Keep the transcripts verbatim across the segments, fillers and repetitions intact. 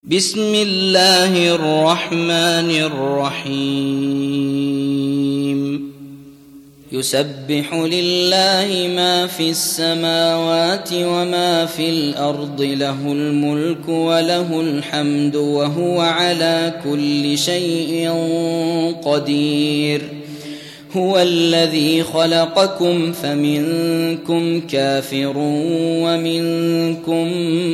بسم الله الرحمن الرحيم يسبح لله ما في السماوات وما في الأرض له الملك وله الحمد وهو على كل شيء قدير هو الذي خلقكم فمنكم كافر ومنكم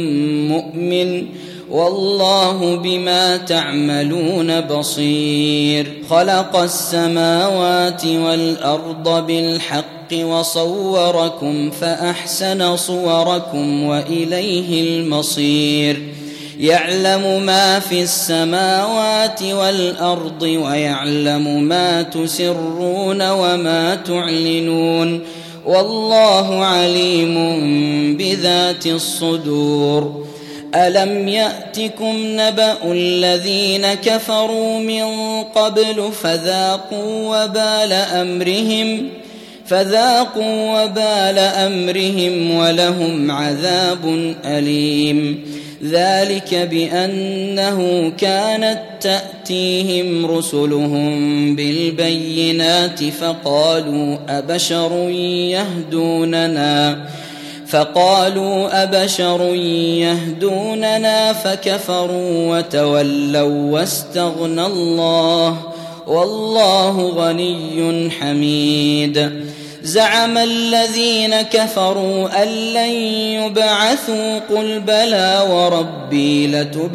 مؤمن والله بما تعملون بصير خلق السماوات والأرض بالحق وصوركم فأحسن صوركم وإليه المصير يعلم ما في السماوات والأرض ويعلم ما تسرون وما تعلنون والله عليم بذات الصدور ألم يأتكم نبأ الذين كفروا من قبل فذاقوا وبال أمرهم فذاقوا وبال أمرهم ولهم عذاب أليم ذلك بأنه كانت تأتيهم رسلهم بالبينات فقالوا أبشر يهدوننا فقالوا أبشر يهدوننا فكفروا وتولوا واستغنى الله والله غني حميد زعم الذين كفروا أن لن يبعثوا قل بلى وربي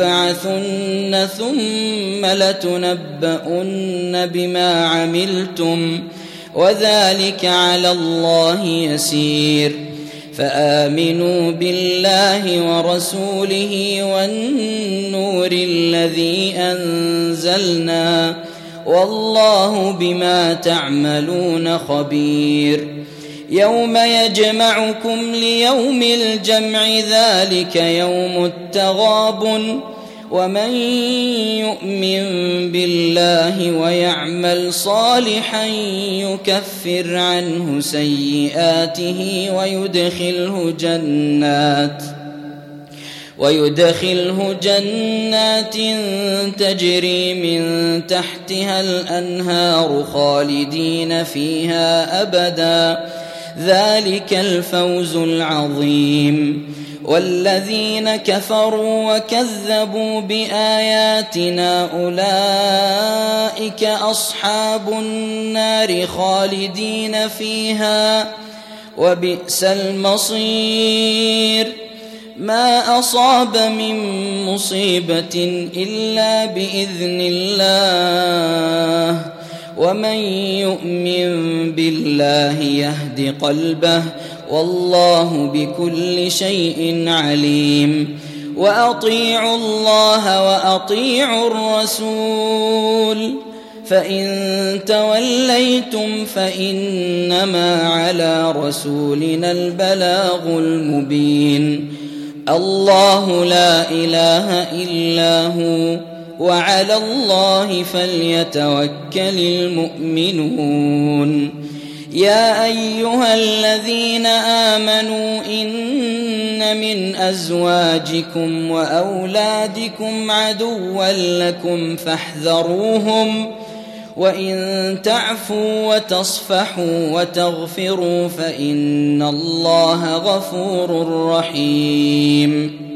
لتبعثن ثم لتنبؤن بما عملتم وذلك على الله يسير فآمنوا بالله ورسوله والنور الذي أنزلنا والله بما تعملون خبير يوم يجمعكم ليوم الجمع ذلك يوم التغابن ومن يؤمن بالله ويعمل صالحا يكفر عنه سيئاته ويدخله جنات ويدخله جنات تجري من تحتها الأنهار خالدين فيها أبدا ذلك الفوز العظيم والذين كفروا وكذبوا بآياتنا أولئك أصحاب النار خالدين فيها وبئس المصير ما أصاب من مصيبة إلا بإذن الله ومن يؤمن بالله يهد قلبه والله بكل شيء عليم وأطيعوا الله وأطيعوا الرسول فإن توليتم فإنما على رسولنا البلاغ المبين الله لا إله إلا هو وعلى الله فليتوكل المؤمنون يا أيها الذين آمنوا إن من أزواجكم وأولادكم عدوا لكم فاحذروهم وإن تعفوا وتصفحوا وتغفروا فإن الله غفور رحيم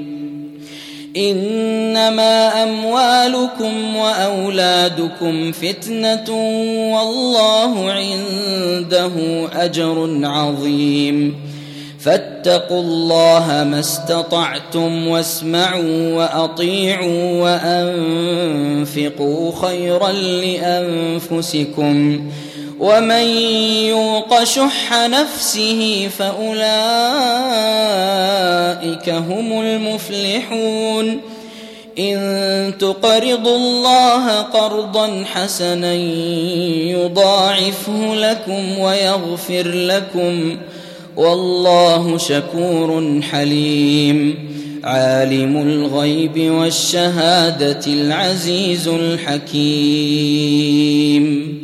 إنما أموالكم وأولادكم فتنة والله عنده أجر عظيم فاتقوا الله ما استطعتم واسمعوا وأطيعوا وأنفقوا خيرا لأنفسكم ومن يوق شح نفسه فأولئك هم المفلحون إن تقرضوا الله قرضا حسنا يضاعفه لكم ويغفر لكم والله شكور حليم عالم الغيب والشهادة العزيز الحكيم